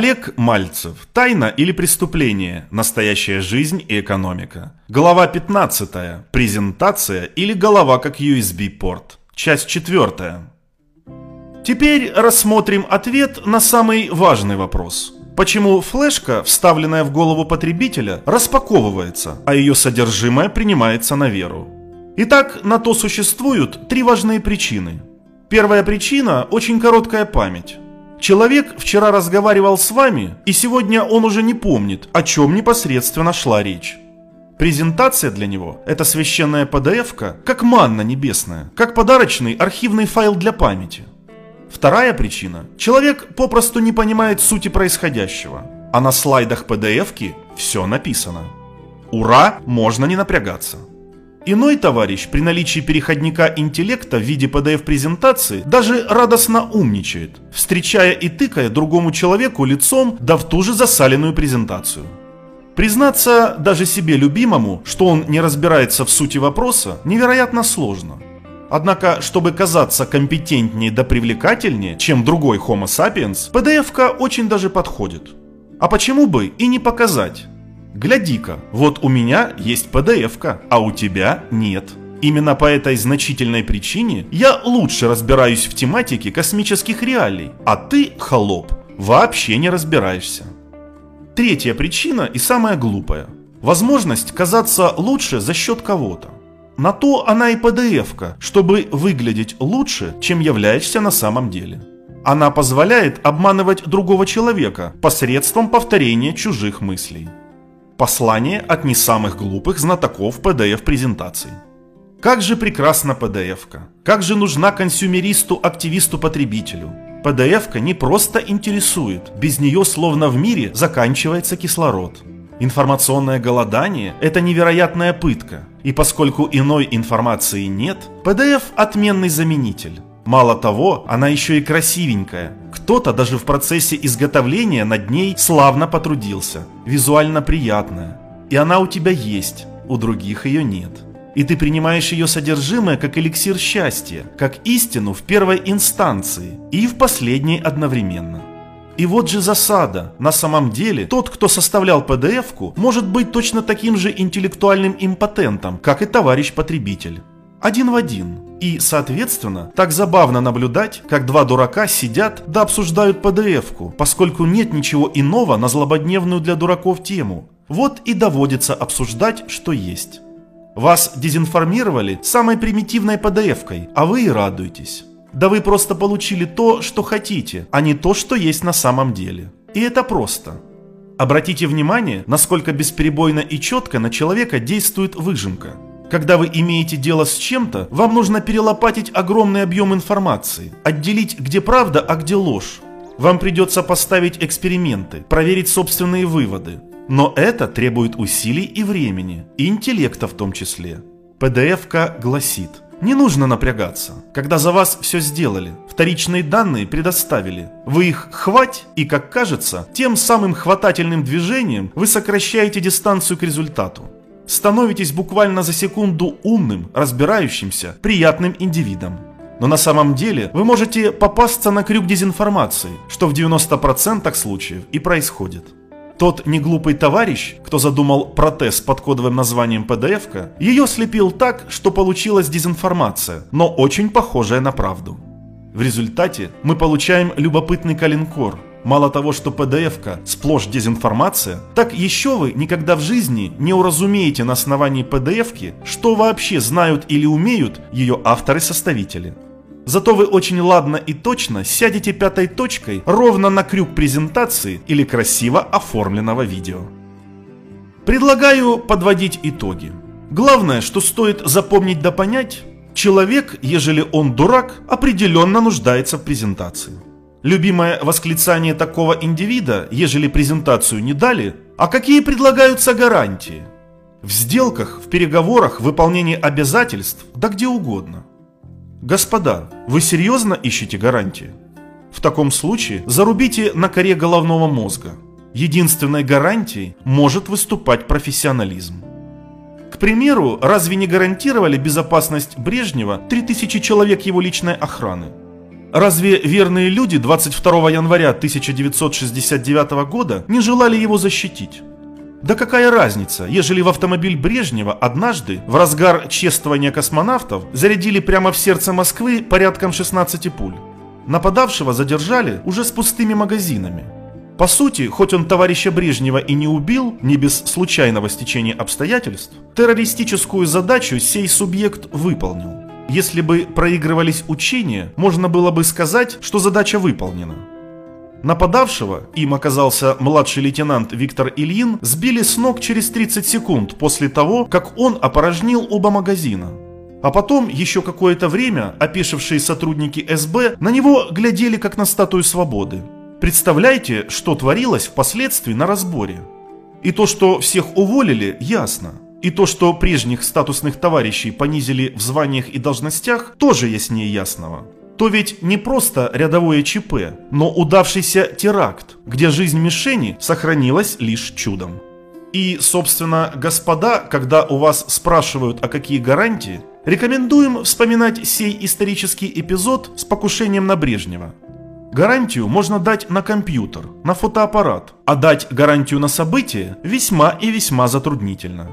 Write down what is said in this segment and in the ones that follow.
Олег Мальцев. Тайна или преступление? Настоящая жизнь и экономика. Глава 15. Презентация или голова как USB-порт. Часть 4. Теперь рассмотрим ответ на самый важный вопрос. Почему флешка, вставленная в голову потребителя, распаковывается, а ее содержимое принимается на веру? Итак, на то существуют три важные причины. Первая причина – очень короткая память. Человек вчера разговаривал с вами, и сегодня он уже не помнит, о чем непосредственно шла речь. Презентация для него – это священная PDF-ка, как манна небесная, как подарочный архивный файл для памяти. Вторая причина – человек попросту не понимает сути происходящего, а на слайдах PDF-ки все написано. Ура, можно не напрягаться. Иной товарищ при наличии переходника интеллекта в виде PDF-презентации даже радостно умничает, встречая и тыкая другому человеку лицом да в ту же засаленную презентацию. Признаться даже себе любимому, что он не разбирается в сути вопроса, невероятно сложно. Однако, чтобы казаться компетентнее да привлекательнее, чем другой Homo sapiens, PDF-ка очень даже подходит. А почему бы и не показать? Гляди-ка, вот у меня есть PDF-ка, а у тебя нет. Именно по этой значительной причине я лучше разбираюсь в тематике космических реалий, а ты, холоп, вообще не разбираешься. Третья причина и самая глупая. Возможность казаться лучше за счет кого-то. На то она и PDF-ка, чтобы выглядеть лучше, чем являешься на самом деле. Она позволяет обманывать другого человека посредством повторения чужих мыслей. Послание от не самых глупых знатоков PDF-презентаций. Как же прекрасна PDF-ка. Как же нужна консюмеристу, активисту, потребителю. PDF-ка не просто интересует. Без нее словно в мире заканчивается кислород. Информационное голодание – это невероятная пытка. И поскольку иной информации нет, PDF – отменный заменитель. Мало того, она еще и красивенькая. Кто-то даже в процессе изготовления над ней славно потрудился. Визуально приятная. И она у тебя есть, у других ее нет. И ты принимаешь ее содержимое как эликсир счастья, как истину в первой инстанции и в последней одновременно. И вот же засада. На самом деле, тот, кто составлял PDF-ку, может быть точно таким же интеллектуальным импотентом, как и товарищ потребитель. Один в один. И, соответственно, так забавно наблюдать, как два дурака сидят да обсуждают PDF-ку, поскольку нет ничего иного на злободневную для дураков тему. Вот и доводится обсуждать, что есть. Вас дезинформировали самой примитивной PDF-кой, а вы и радуетесь. Да вы просто получили то, что хотите, а не то, что есть на самом деле. И это просто. Обратите внимание, насколько бесперебойно и четко на человека действует выжимка. Когда вы имеете дело с чем-то, вам нужно перелопатить огромный объем информации, отделить, где правда, а где ложь. Вам придется поставить эксперименты, проверить собственные выводы. Но это требует усилий и времени, и интеллекта в том числе. PDF-ка гласит: не нужно напрягаться, когда за вас все сделали, вторичные данные предоставили. Вы их хвать, и, как кажется, тем самым хватательным движением вы сокращаете дистанцию к результату. Становитесь буквально за секунду умным, разбирающимся, приятным индивидом. Но на самом деле вы можете попасться на крюк дезинформации, что в 90% случаев и происходит. Тот неглупый товарищ, кто задумал протез под кодовым названием PDF-ка, ее слепил так, что получилась дезинформация, но очень похожая на правду. В результате мы получаем любопытный калинкор. Мало того, что PDF-ка сплошь дезинформация, так еще вы никогда в жизни не уразумеете на основании PDF-ки, что вообще знают или умеют ее авторы-составители. Зато вы очень ладно и точно сядете пятой точкой ровно на крюк презентации или красиво оформленного видео. Предлагаю подводить итоги. Главное, что стоит запомнить да понять, человек, ежели он дурак, определенно нуждается в презентации. Любимое восклицание такого индивида, ежели презентацию не дали: а какие предлагаются гарантии? В сделках, в переговорах, в выполнении обязательств, да где угодно. Господа, вы серьезно ищете гарантии? В таком случае зарубите на коре головного мозга. Единственной гарантией может выступать профессионализм. К примеру, разве не гарантировали безопасность Брежнева 3000 человек его личной охраны? Разве верные люди 22 января 1969 года не желали его защитить? Да какая разница, ежели в автомобиль Брежнева однажды, в разгар чествования космонавтов, зарядили прямо в сердце Москвы порядком 16 пуль? Нападавшего задержали уже с пустыми магазинами. По сути, хоть он товарища Брежнева и не убил, не без случайного стечения обстоятельств, террористическую задачу сей субъект выполнил. Если бы проигрывались учения, можно было бы сказать, что задача выполнена. Нападавшего, им оказался младший лейтенант Виктор Ильин, сбили с ног через 30 секунд после того, как он опорожнил оба магазина. А потом еще какое-то время опешившие сотрудники СБ на него глядели как на статую свободы. Представляете, что творилось впоследствии на разборе? И то, что всех уволили, ясно. И то, что прежних статусных товарищей понизили в званиях и должностях, тоже яснее ясного. То ведь не просто рядовое ЧП, но удавшийся теракт, где жизнь мишени сохранилась лишь чудом. И, собственно, господа, когда у вас спрашивают, о какие гарантии, рекомендуем вспоминать сей исторический эпизод с покушением на Брежнева. Гарантию можно дать на компьютер, на фотоаппарат, а дать гарантию на событие весьма и весьма затруднительно.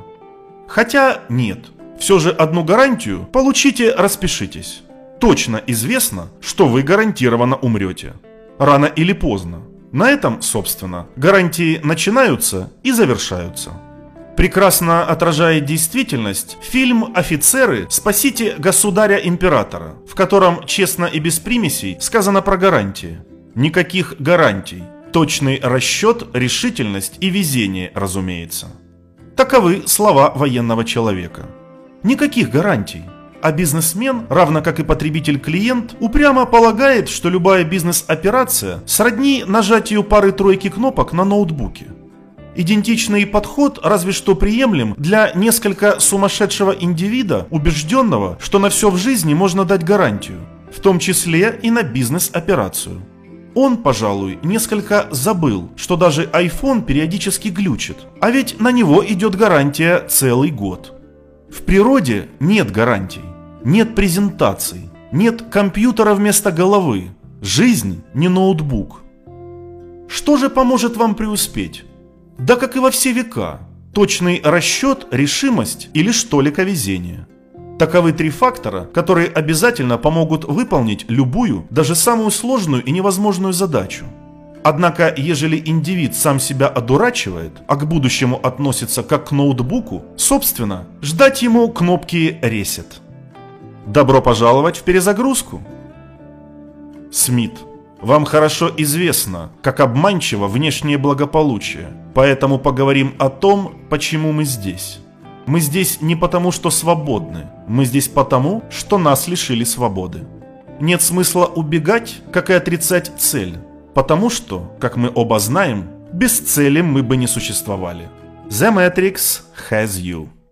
Хотя нет, все же одну гарантию получите, распишитесь. Точно известно, что вы гарантированно умрете. Рано или поздно. На этом, собственно, гарантии начинаются и завершаются. Прекрасно отражает действительность фильм «Офицеры, спасите государя-императора», в котором честно и без примесей сказано про гарантии. Никаких гарантий. Точный расчет, решительность и везение, разумеется. Таковы слова военного человека. Никаких гарантий. А бизнесмен, равно как и потребитель-клиент, упрямо полагает, что любая бизнес-операция сродни нажатию пары-тройки кнопок на ноутбуке. Идентичный подход разве что приемлем для несколько сумасшедшего индивида, убежденного, что на все в жизни можно дать гарантию, в том числе и на бизнес-операцию. Он, пожалуй, несколько забыл, что даже iPhone периодически глючит, а ведь на него идет гарантия целый год. В природе нет гарантий, нет презентаций, нет компьютера вместо головы. Жизнь не ноутбук. Что же поможет вам преуспеть? Да как и во все века. Точный расчет, решимость и лишь толика везения. Таковы три фактора, которые обязательно помогут выполнить любую, даже самую сложную и невозможную задачу. Однако, ежели индивид сам себя одурачивает, а к будущему относится как к ноутбуку, собственно, ждать ему кнопки «Ресет». Добро пожаловать в перезагрузку. Смит. Вам хорошо известно, как обманчиво внешнее благополучие, поэтому поговорим о том, почему мы здесь. Мы здесь не потому, что свободны, мы здесь потому, что нас лишили свободы. Нет смысла убегать, как и отрицать цель, потому что, как мы оба знаем, без цели мы бы не существовали. The Matrix has you.